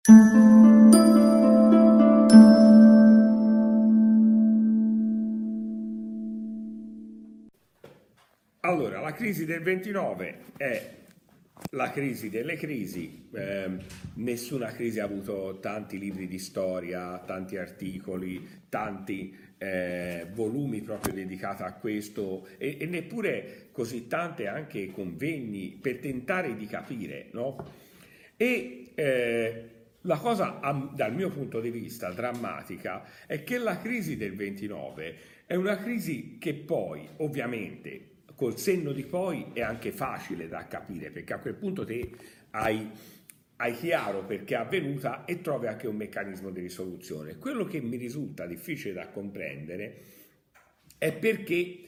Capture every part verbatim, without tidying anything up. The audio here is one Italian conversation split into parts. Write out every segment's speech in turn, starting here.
Allora, la crisi del ventinove è la crisi delle crisi. Eh, nessuna crisi ha avuto tanti libri di storia, tanti articoli, tanti eh, volumi proprio dedicati a questo e, e neppure così tante anche convegni per tentare di capire, no? E eh, la cosa, dal mio punto di vista, drammatica è che la crisi del ventinove è una crisi che poi, ovviamente, col senno di poi è anche facile da capire, perché a quel punto te hai, hai chiaro perché è avvenuta e trovi anche un meccanismo di risoluzione. Quello che mi risulta difficile da comprendere è perché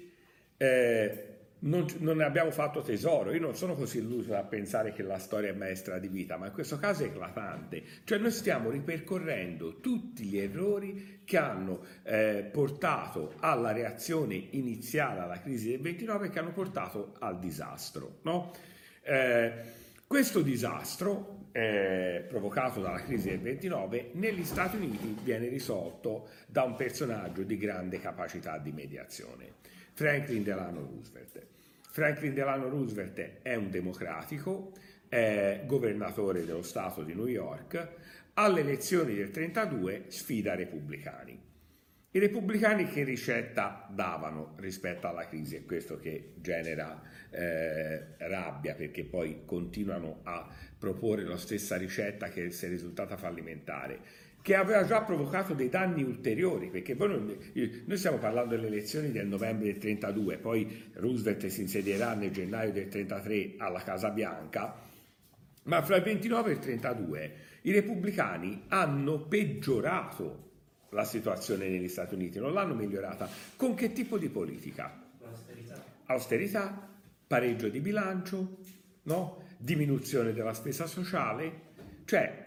eh, non, non ne abbiamo fatto tesoro. Io non sono così illuso da pensare che la storia è maestra di vita, ma in questo caso è eclatante. Cioè noi stiamo ripercorrendo tutti gli errori che hanno eh, portato alla reazione iniziale alla crisi del ventinove e che hanno portato al disastro, no? Eh, questo disastro eh, provocato dalla crisi del ventinove negli Stati Uniti viene risolto da un personaggio di grande capacità di mediazione, Franklin Delano Roosevelt. Franklin Delano Roosevelt è un democratico, è governatore dello Stato di New York. Alle elezioni del trentadue sfida i repubblicani. I repubblicani che ricetta davano rispetto alla crisi? È questo che genera eh, rabbia, perché poi continuano a proporre la stessa ricetta che si è risultata fallimentare, che aveva già provocato dei danni ulteriori, perché voi non, noi stiamo parlando delle elezioni del novembre del trentadue, poi Roosevelt si insedierà nel gennaio del trentatré alla Casa Bianca, ma fra il ventinove e il trentadue i repubblicani hanno peggiorato la situazione negli Stati Uniti, non l'hanno migliorata. Con che tipo di politica? Austerità. Austerità, pareggio di bilancio, no? Diminuzione della spesa sociale, cioè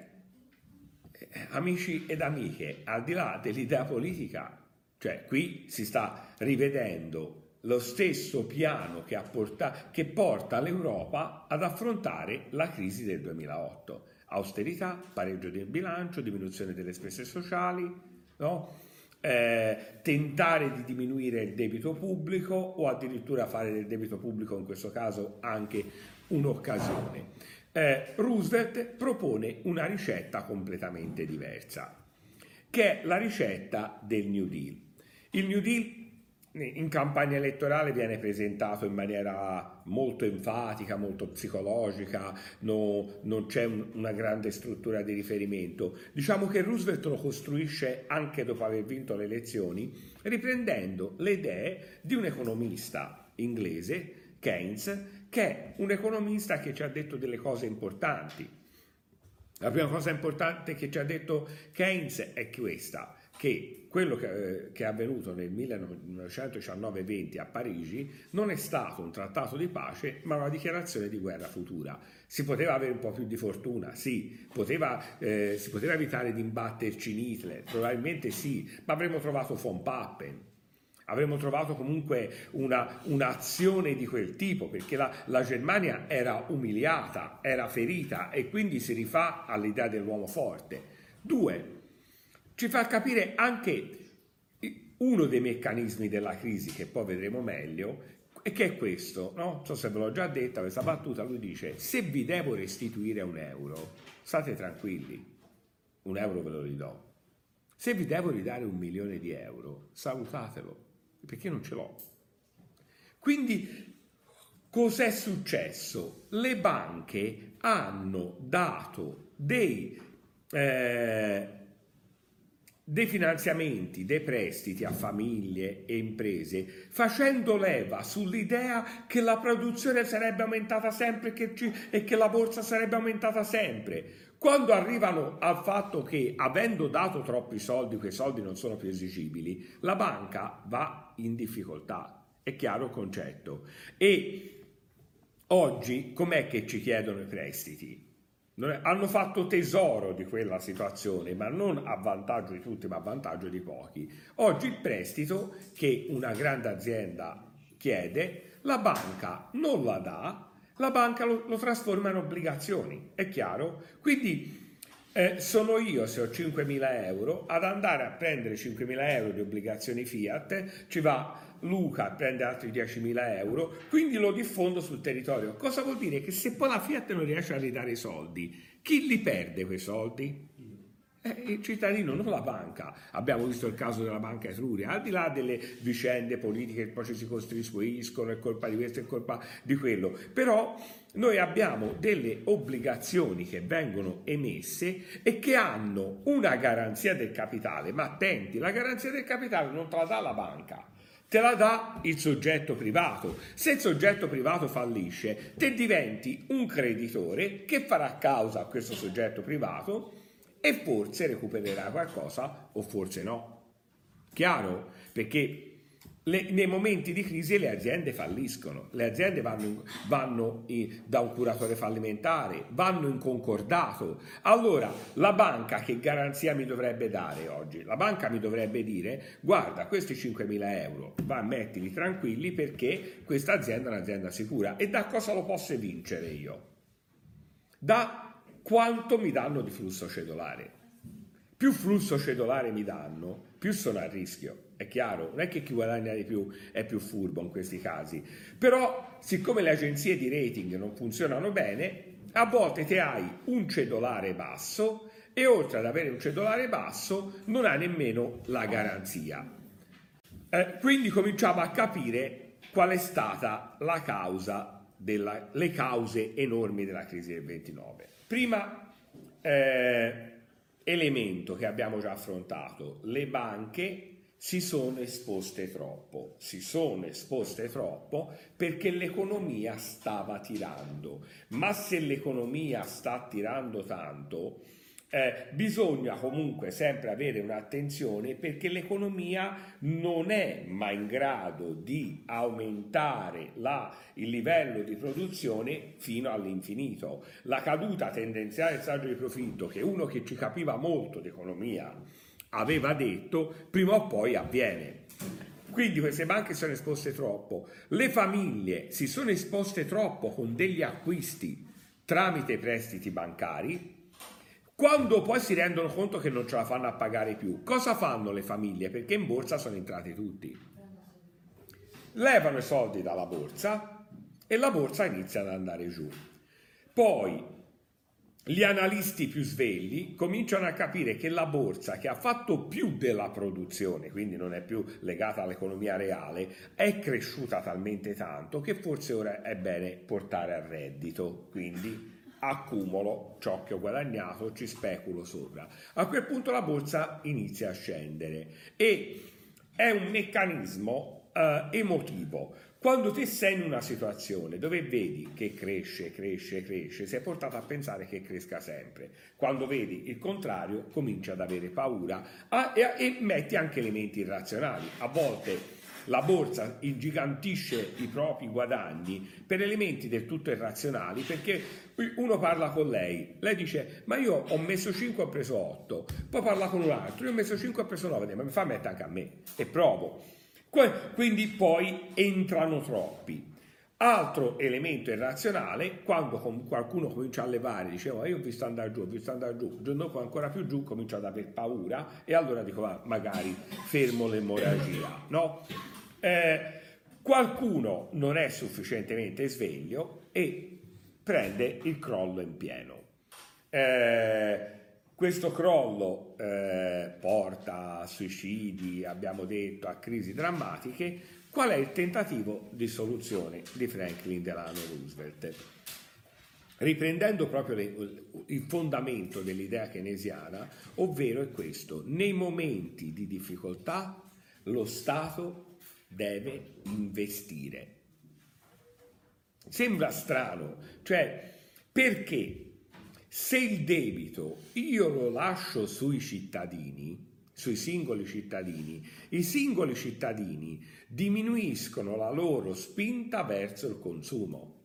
amici ed amiche, al di là dell'idea politica, cioè qui si sta rivedendo lo stesso piano che, ha portato, che porta l'Europa ad affrontare la crisi del duemilaotto. Austerità, pareggio del bilancio, diminuzione delle spese sociali, no? eh, tentare di diminuire il debito pubblico o addirittura fare del debito pubblico in questo caso anche un'occasione. Eh, Roosevelt propone una ricetta completamente diversa, che è la ricetta del New Deal. Il New Deal in campagna elettorale viene presentato in maniera molto enfatica, molto psicologica, no, non c'è un, una grande struttura di riferimento. Diciamo che Roosevelt lo costruisce anche dopo aver vinto le elezioni, riprendendo le idee di un economista inglese, Keynes, che è un economista che ci ha detto delle cose importanti. La prima cosa importante che ci ha detto Keynes è questa, che quello che, che è avvenuto nel millenovecentodiciannove venti a Parigi non è stato un trattato di pace, ma una dichiarazione di guerra futura. Si poteva avere un po' più di fortuna, sì, poteva, eh, si poteva evitare di imbatterci in Hitler, probabilmente sì, ma avremmo trovato von Papen. Avremmo trovato comunque una, un'azione di quel tipo, perché la, la Germania era umiliata, era ferita e quindi si rifà all'idea dell'uomo forte. Due, ci fa capire anche uno dei meccanismi della crisi che poi vedremo meglio, e che è questo, no? Non so se ve l'ho già detta questa battuta, lui dice: se vi devo restituire un euro, state tranquilli, un euro ve lo ridò. Se vi devo ridare un milione di euro, salutatelo, perché non ce l'ho. Quindi cos'è successo? Le banche hanno dato dei, eh, dei finanziamenti, dei prestiti a famiglie e imprese, facendo leva sull'idea che la produzione sarebbe aumentata sempre che ci, e che la borsa sarebbe aumentata sempre. Quando arrivano al fatto che, avendo dato troppi soldi, quei soldi non sono più esigibili, la banca va in difficoltà. È chiaro il concetto. E oggi com'è che ci chiedono i prestiti? Hanno fatto tesoro di quella situazione, ma non a vantaggio di tutti, ma a vantaggio di pochi. Oggi il prestito che una grande azienda chiede, la banca non la dà, la banca lo, lo trasforma in obbligazioni, è chiaro? Quindi Eh, sono io, se ho cinquemila euro, ad andare a prendere cinquemila euro di obbligazioni Fiat, ci va Luca a prendere altri diecimila euro, quindi lo diffondo sul territorio. Cosa vuol dire? Che se poi la Fiat non riesce a ridare i soldi, chi li perde quei soldi? Eh, il cittadino, non la banca. Abbiamo visto il caso della Banca Etruria, al di là delle vicende politiche che poi ci si costruiscono, è colpa di questo, è colpa di quello, però noi abbiamo delle obbligazioni che vengono emesse e che hanno una garanzia del capitale, ma attenti, la garanzia del capitale non te la dà la banca, te la dà il soggetto privato. Se il soggetto privato fallisce, te diventi un creditore che farà causa a questo soggetto privato e forse recupererà qualcosa o forse no. Chiaro? Perché le, nei momenti di crisi le aziende falliscono, le aziende vanno, in, vanno in, da un curatore fallimentare, vanno in concordato. Allora, la banca che garanzia mi dovrebbe dare oggi? La banca mi dovrebbe dire: guarda, questi cinquemila euro, va, mettili tranquilli perché questa azienda è un'azienda sicura. E da cosa lo posso vincere io? Da quanto mi danno di flusso cedolare. Più flusso cedolare mi danno, più sono a rischio. È chiaro, non è che chi guadagna di più è più furbo in questi casi. Però, siccome le agenzie di rating non funzionano bene, a volte te hai un cedolare basso e oltre ad avere un cedolare basso non hai nemmeno la garanzia. Eh, quindi cominciamo a capire qual è stata la causa della, le cause enormi della crisi del ventinove. Prima eh, elemento che abbiamo già affrontato: le banche si sono esposte troppo, si sono esposte troppo perché l'economia stava tirando, ma se l'economia sta tirando tanto, eh, bisogna comunque sempre avere un'attenzione, perché l'economia non è mai in grado di aumentare la, il livello di produzione fino all'infinito. La caduta tendenziale del saldo di profitto, che uno che ci capiva molto di economia aveva detto, prima o poi avviene. Quindi queste banche sono esposte troppo, le famiglie si sono esposte troppo con degli acquisti tramite prestiti bancari. Quando poi si rendono conto che non ce la fanno a pagare più, cosa fanno le famiglie? Perché in borsa sono entrati tutti. Levano i soldi dalla borsa e la borsa inizia ad andare giù. Poi gli analisti più svegli cominciano a capire che la borsa, che ha fatto più della produzione, quindi non è più legata all'economia reale, è cresciuta talmente tanto che forse ora è bene portare a reddito. Quindi accumulo ciò che ho guadagnato, ci speculo sopra. A quel punto la borsa inizia a scendere e è un meccanismo eh, emotivo. Quando te sei in una situazione dove vedi che cresce, cresce, cresce, sei portato a pensare che cresca sempre. Quando vedi il contrario, cominci ad avere paura ah, e, e metti anche elementi irrazionali. A volte la borsa ingigantisce i propri guadagni per elementi del tutto irrazionali, perché uno parla con lei, lei dice: ma io ho messo cinque, ho preso otto, poi parla con un altro, io ho messo cinque, ho preso nove, ma mi fa mettere anche a me e provo. Quindi poi entrano troppi. Altro elemento irrazionale: quando qualcuno comincia a levare, diceva io ho visto andare giù, ho visto andare giù, il giorno dopo ancora più giù, comincio ad aver paura e allora dico ma magari fermo l'emorragia, no? Eh, qualcuno non è sufficientemente sveglio e prende il crollo in pieno. Eh, questo crollo eh, porta a suicidi, abbiamo detto, a crisi drammatiche. Qual è il tentativo di soluzione di Franklin Delano Roosevelt? Riprendendo proprio le, il fondamento dell'idea keynesiana, ovvero è questo: nei momenti di difficoltà lo Stato deve investire. Sembra strano, cioè, perché se il debito io lo lascio sui cittadini, sui singoli cittadini, i singoli cittadini diminuiscono la loro spinta verso il consumo.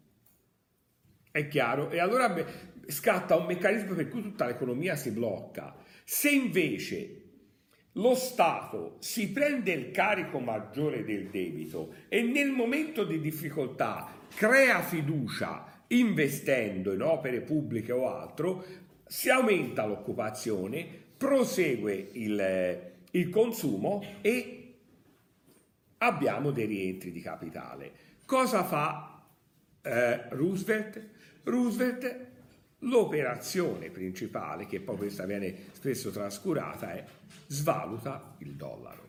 È chiaro? E allora scatta un meccanismo per cui tutta l'economia si blocca. Se invece lo Stato si prende il carico maggiore del debito e nel momento di difficoltà crea fiducia investendo in opere pubbliche o altro, si aumenta l'occupazione, prosegue il, il consumo e abbiamo dei rientri di capitale. Cosa fa eh, Roosevelt? Roosevelt, l'operazione principale, che poi questa viene spesso trascurata, è svaluta il dollaro.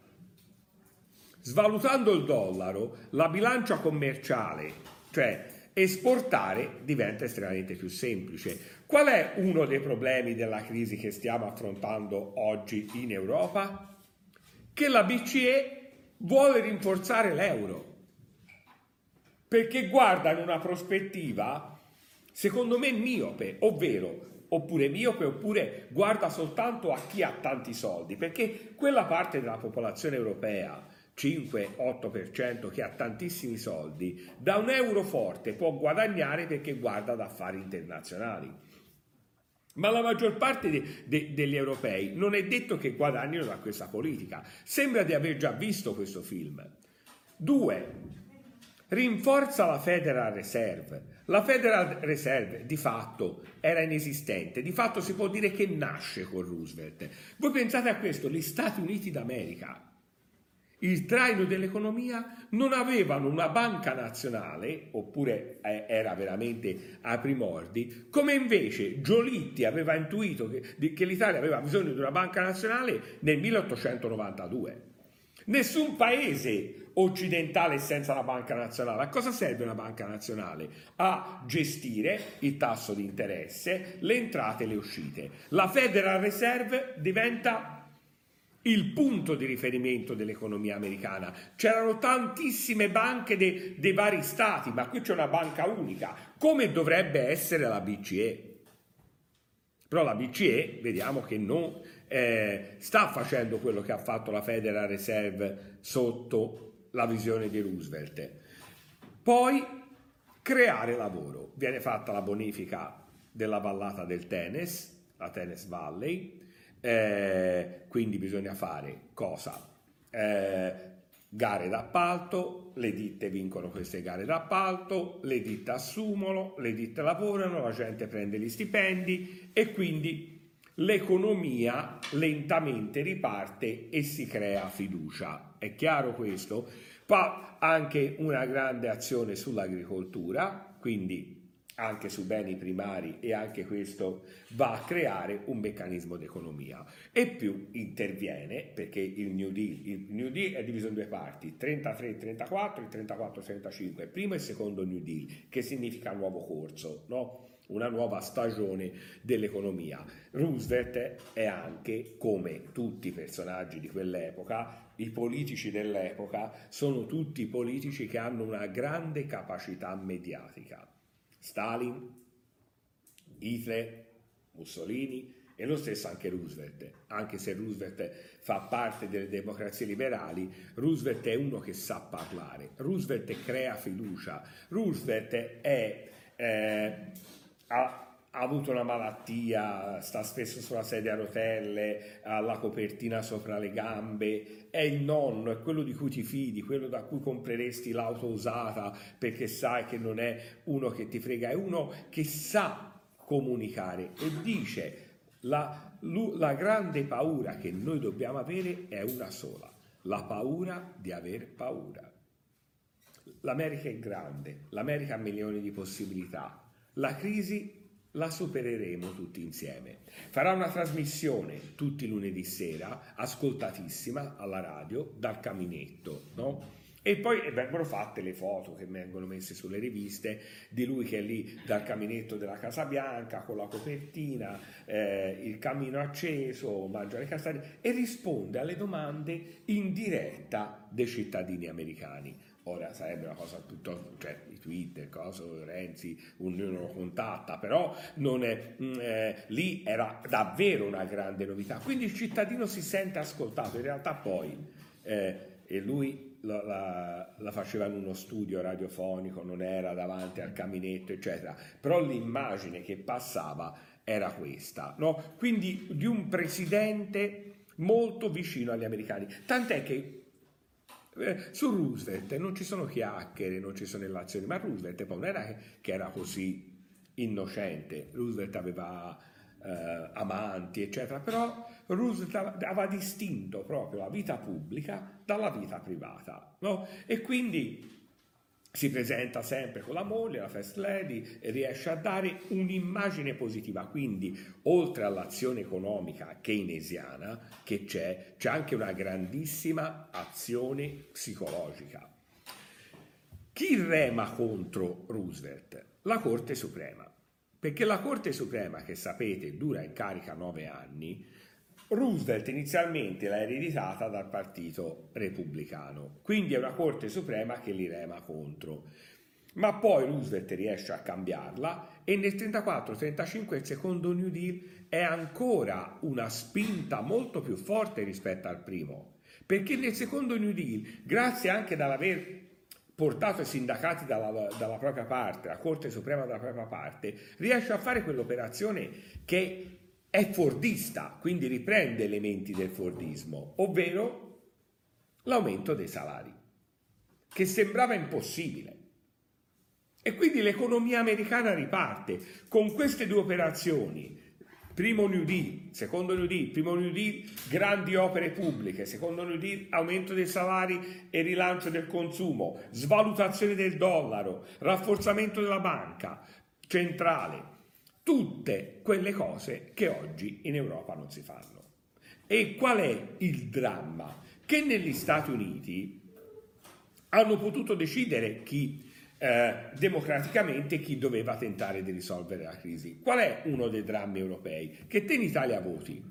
Svalutando il dollaro, la bilancia commerciale, cioè esportare, diventa estremamente più semplice. Qual è uno dei problemi della crisi che stiamo affrontando oggi in Europa? Che la B C E vuole rinforzare l'euro, perché guarda in una prospettiva, secondo me, miope, ovvero oppure miope, oppure guarda soltanto a chi ha tanti soldi, perché quella parte della popolazione europea, cinque otto per cento, che ha tantissimi soldi, da un euro forte può guadagnare perché guarda ad affari internazionali. Ma la maggior parte de, de, degli europei non è detto che guadagnino da questa politica. Sembra di aver già visto questo film. Due, rinforza la Federal Reserve. La Federal Reserve di fatto era inesistente, di fatto si può dire che nasce con Roosevelt. Voi pensate a questo, gli Stati Uniti d'America, il traino dell'economia, non avevano una banca nazionale, oppure eh, era veramente ai primordi, come invece Giolitti aveva intuito che, che l'Italia aveva bisogno di una banca nazionale nel milleottocentonovantadue. Nessun paese occidentale è senza la banca nazionale. A cosa serve una banca nazionale? A gestire il tasso di interesse, le entrate e le uscite. La Federal Reserve diventa il punto di riferimento dell'economia americana. C'erano tantissime banche de, dei vari stati, ma qui c'è una banca unica, come dovrebbe essere la B C E. Però la B C E vediamo che non eh, sta facendo quello che ha fatto la Federal Reserve sotto la visione di Roosevelt. Poi creare lavoro. Viene fatta la bonifica della vallata del Tennessee, la Tennessee Valley. Eh, quindi bisogna fare cosa? Eh, gare d'appalto, le ditte vincono queste gare d'appalto, le ditte assumono, le ditte lavorano, la gente prende gli stipendi e quindi l'economia lentamente riparte e si crea fiducia. È chiaro questo? Poi anche una grande azione sull'agricoltura, quindi anche su beni primari, e anche questo va a creare un meccanismo d'economia. E più interviene, perché il New Deal, il New Deal è diviso in due parti, trentatré trentaquattro e trentaquattro trentacinque, primo e secondo New Deal, che significa nuovo corso, no? Una nuova stagione dell'economia. Roosevelt è anche, come tutti i personaggi di quell'epoca, i politici dell'epoca sono tutti politici che hanno una grande capacità mediatica. Stalin, Hitler, Mussolini e lo stesso anche Roosevelt. Anche se Roosevelt fa parte delle democrazie liberali, Roosevelt è uno che sa parlare, Roosevelt crea fiducia, Roosevelt è, eh, ha, ha avuto una malattia, sta spesso sulla sedia a rotelle, ha la copertina sopra le gambe, è il nonno, è quello di cui ti fidi, quello da cui compreresti l'auto usata perché sai che non è uno che ti frega, è uno che sa comunicare e dice la, la grande paura che noi dobbiamo avere è una sola, la paura di aver paura. L'America è grande, l'America ha milioni di possibilità, la crisi la supereremo tutti insieme. Farà una trasmissione tutti i lunedì sera, ascoltatissima alla radio, dal caminetto, no? E poi vengono fatte le foto che vengono messe sulle riviste di lui che è lì dal caminetto della Casa Bianca con la copertina, eh, il camino acceso, mangia le castagne e risponde alle domande in diretta dei cittadini americani. Ora sarebbe una cosa piuttosto, cioè i Twitter, cosa, Renzi, ognuno lo contatta, però non è, eh, lì era davvero una grande novità. Quindi il cittadino si sente ascoltato, in realtà poi, eh, e lui la, la, la faceva in uno studio radiofonico, non era davanti al caminetto, eccetera, però l'immagine che passava era questa, no? Quindi di un presidente molto vicino agli americani, tant'è che su Roosevelt non ci sono chiacchiere, non ci sono relazioni, ma Roosevelt poi non era che era così innocente. Roosevelt aveva eh, amanti, eccetera, però Roosevelt aveva distinto proprio la vita pubblica dalla vita privata, no? E quindi si presenta sempre con la moglie, la first lady, e riesce a dare un'immagine positiva. Quindi, oltre all'azione economica keynesiana che c'è, c'è anche una grandissima azione psicologica. Chi rema contro Roosevelt? La Corte Suprema. Perché la Corte Suprema, che sapete dura in carica nove anni, Roosevelt inizialmente l'ha ereditata dal Partito Repubblicano, quindi è una Corte Suprema che li rema contro. Ma poi Roosevelt riesce a cambiarla e nel trentaquattro trentacinque il secondo New Deal è ancora una spinta molto più forte rispetto al primo, perché nel secondo New Deal, grazie anche dall'aver portato i sindacati dalla, dalla propria parte, la Corte Suprema dalla propria parte, riesce a fare quell'operazione che è fordista, quindi riprende elementi del fordismo, ovvero l'aumento dei salari, che sembrava impossibile. E quindi l'economia americana riparte con queste due operazioni. Primo New Deal, secondo New Deal, primo New Deal, grandi opere pubbliche, secondo New Deal, aumento dei salari e rilancio del consumo, svalutazione del dollaro, rafforzamento della banca centrale. Tutte quelle cose che oggi in Europa non si fanno. E qual è il dramma? Che negli Stati Uniti hanno potuto decidere chi eh, democraticamente chi doveva tentare di risolvere la crisi. Qual è uno dei drammi europei? Che te in Italia voti,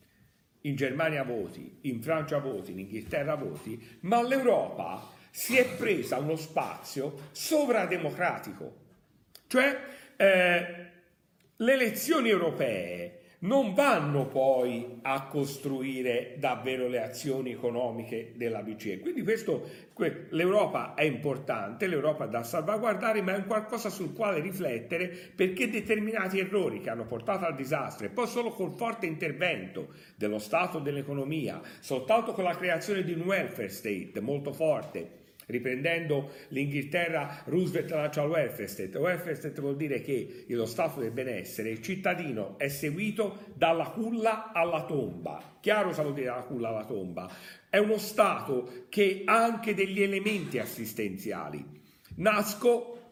in Germania voti, in Francia voti, in Inghilterra voti, ma l'Europa si è presa uno spazio sovrademocratico. Cioè eh, le elezioni europee non vanno poi a costruire davvero le azioni economiche della B C E. Quindi questo, l'Europa è importante, l'Europa è da salvaguardare, ma è un qualcosa sul quale riflettere, perché determinati errori che hanno portato al disastro, e poi solo col forte intervento dello Stato e dell'economia, soltanto con la creazione di un welfare state molto forte, riprendendo l'Inghilterra, Roosevelt lancia il welfare state. Il welfare state vuol dire che lo stato del benessere, il cittadino è seguito dalla culla alla tomba. Chiaro cosa vuol dire dalla culla alla tomba? È uno stato che ha anche degli elementi assistenziali. Nasco,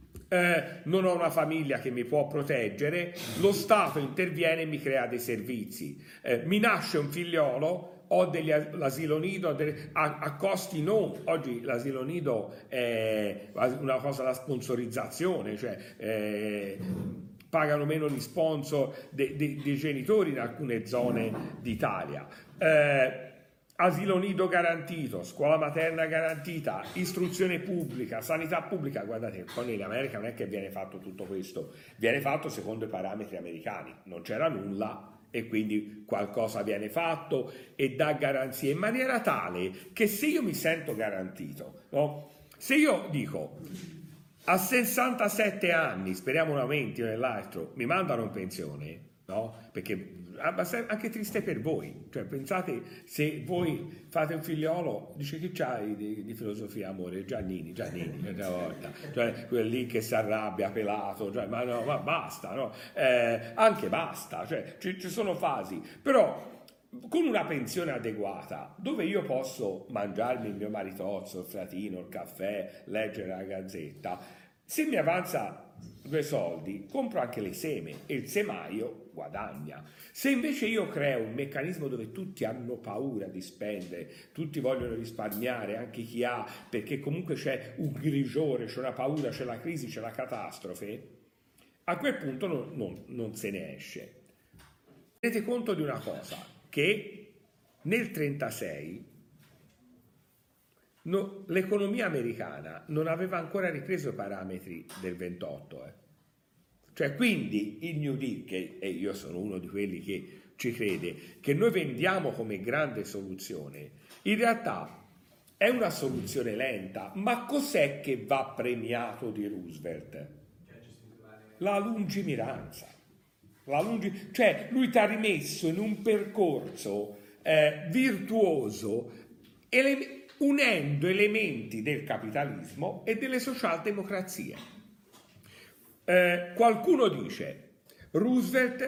eh, non ho una famiglia che mi può proteggere, lo Stato interviene e mi crea dei servizi. Eh, mi nasce un figliolo, ho degli l'asilo nido delle, a, a costi non, oggi l'asilo nido è una cosa da sponsorizzazione, cioè eh, pagano meno gli sponsor dei de, de genitori in alcune zone d'Italia. Eh, asilo nido garantito, scuola materna garantita, istruzione pubblica, sanità pubblica. Guardate, poi in America non è che viene fatto tutto questo, viene fatto secondo i parametri americani, non c'era nulla e quindi qualcosa viene fatto e dà garanzie in maniera tale che se io mi sento garantito, no? Se io dico a sessantasette anni, speriamo un aumento nell'altro, mi mandano in pensione, no? Perché anche triste per voi, cioè pensate se voi fate un figliolo, dice che c'hai di, di filosofia amore, Giannini, Giannini una volta, cioè quello lì che si arrabbia pelato, cioè, ma no, ma basta, no? Eh, anche basta, cioè ci, ci sono fasi, però con una pensione adeguata, dove io posso mangiarmi il mio maritozzo, il fratino, il caffè, leggere la gazzetta, se mi avanza due soldi, compro anche le seme e il semaio guadagna. Se invece io creo un meccanismo dove tutti hanno paura di spendere, tutti vogliono risparmiare, anche chi ha, perché comunque c'è un grigiore, c'è una paura, c'è la crisi, c'è la catastrofe, a quel punto non, non, non se ne esce. Tenete conto di una cosa, che nel trentasei no, l'economia americana non aveva ancora ripreso i parametri del ventotto, eh. Cioè quindi il New Deal, che e io sono uno di quelli che ci crede, che noi vendiamo come grande soluzione, in realtà è una soluzione lenta, ma cos'è che va premiato di Roosevelt? La lungimiranza. La lungi... Cioè lui ti ha rimesso in un percorso eh, virtuoso, ele... unendo elementi del capitalismo e delle socialdemocrazie. Eh, qualcuno dice Roosevelt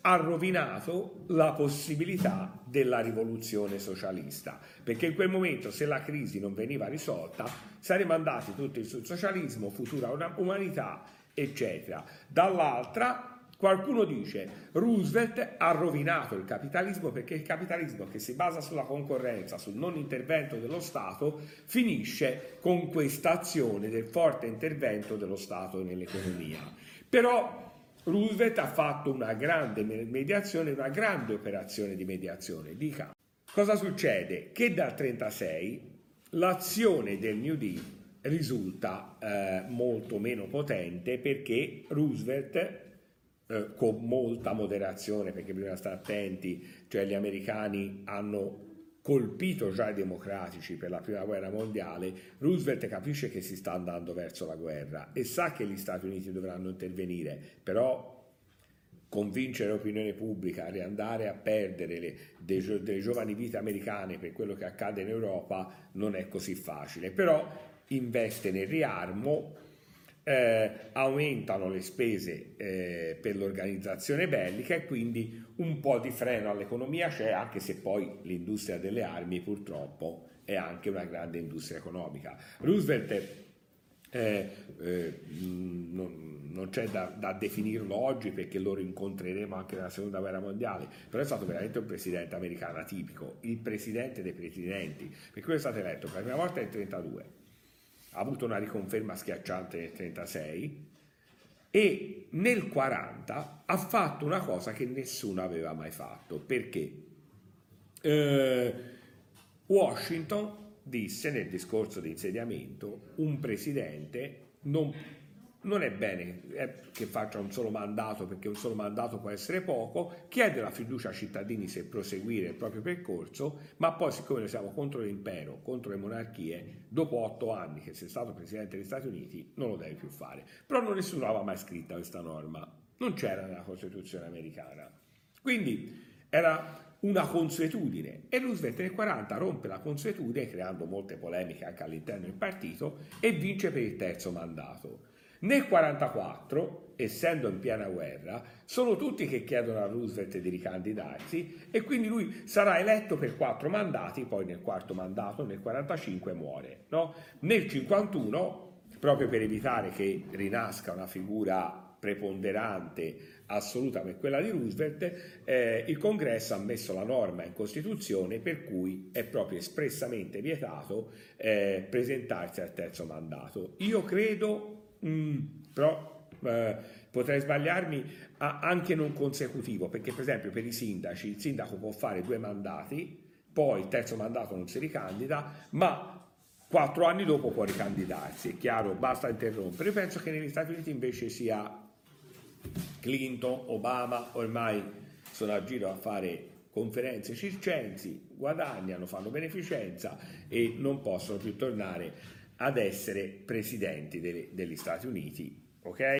ha rovinato la possibilità della rivoluzione socialista, perché in quel momento, se la crisi non veniva risolta, saremmo andati tutti sul socialismo, futura umanità, eccetera. Dall'altra, qualcuno dice Roosevelt ha rovinato il capitalismo, perché il capitalismo che si basa sulla concorrenza, sul non intervento dello Stato, finisce con questa azione del forte intervento dello Stato nell'economia. Però Roosevelt ha fatto una grande mediazione, una grande operazione di mediazione. Dica, cosa succede? Che dal trentasei l'azione del New Deal risulta eh, molto meno potente, perché Roosevelt, Eh, con molta moderazione, perché bisogna stare attenti, cioè gli americani hanno colpito già i democratici per la prima guerra mondiale. Roosevelt capisce che si sta andando verso la guerra e sa che gli Stati Uniti dovranno intervenire, però convincere l'opinione pubblica a riandare a perdere le, dei, delle giovani vite americane per quello che accade in Europa non è così facile. Però investe nel riarmo, Eh, aumentano le spese eh, per l'organizzazione bellica, e quindi un po' di freno all'economia c'è, anche se poi l'industria delle armi purtroppo è anche una grande industria economica. Roosevelt eh, eh, non, non c'è da, da definirlo oggi, perché lo rincontreremo anche nella seconda guerra mondiale, però è stato veramente un presidente americano atipico, il presidente dei presidenti, perché lui è stato eletto per la prima volta nel trentadue, ha avuto una riconferma schiacciante nel trentasei, e nel quaranta ha fatto una cosa che nessuno aveva mai fatto, perché eh, Washington disse nel discorso di insediamento: un presidente non, non è bene che faccia un solo mandato, perché un solo mandato può essere poco, chiede la fiducia ai cittadini se proseguire il proprio percorso, ma poi, siccome noi siamo contro l'impero, contro le monarchie, dopo otto anni che sei stato presidente degli Stati Uniti non lo devi più fare. Però non nessuno aveva mai scritta questa norma, non c'era nella Costituzione americana, quindi era una consuetudine, e Roosevelt nel quaranta rompe la consuetudine, creando molte polemiche anche all'interno del partito, e vince per il terzo mandato. Nel quarantaquattro, essendo in piena guerra, sono tutti che chiedono a Roosevelt di ricandidarsi, e quindi lui sarà eletto per quattro mandati, poi nel quarto mandato, nel quarantacinque, muore, no? Nel cinquantuno, proprio per evitare che rinasca una figura preponderante assoluta come quella di Roosevelt, eh, il Congresso ha messo la norma in Costituzione per cui è proprio espressamente vietato eh, presentarsi al terzo mandato. Io credo, mh, però eh, potrei sbagliarmi, a, anche non consecutivo, perché per esempio per i sindaci il sindaco può fare due mandati, poi il terzo mandato non si ricandida, ma quattro anni dopo può ricandidarsi. È chiaro, basta interrompere. Io penso che negli Stati Uniti invece sia Clinton, Obama, ormai sono a giro a fare conferenze circensi, guadagnano, fanno beneficenza e non possono più tornare ad essere presidenti delle, degli Stati Uniti, ok?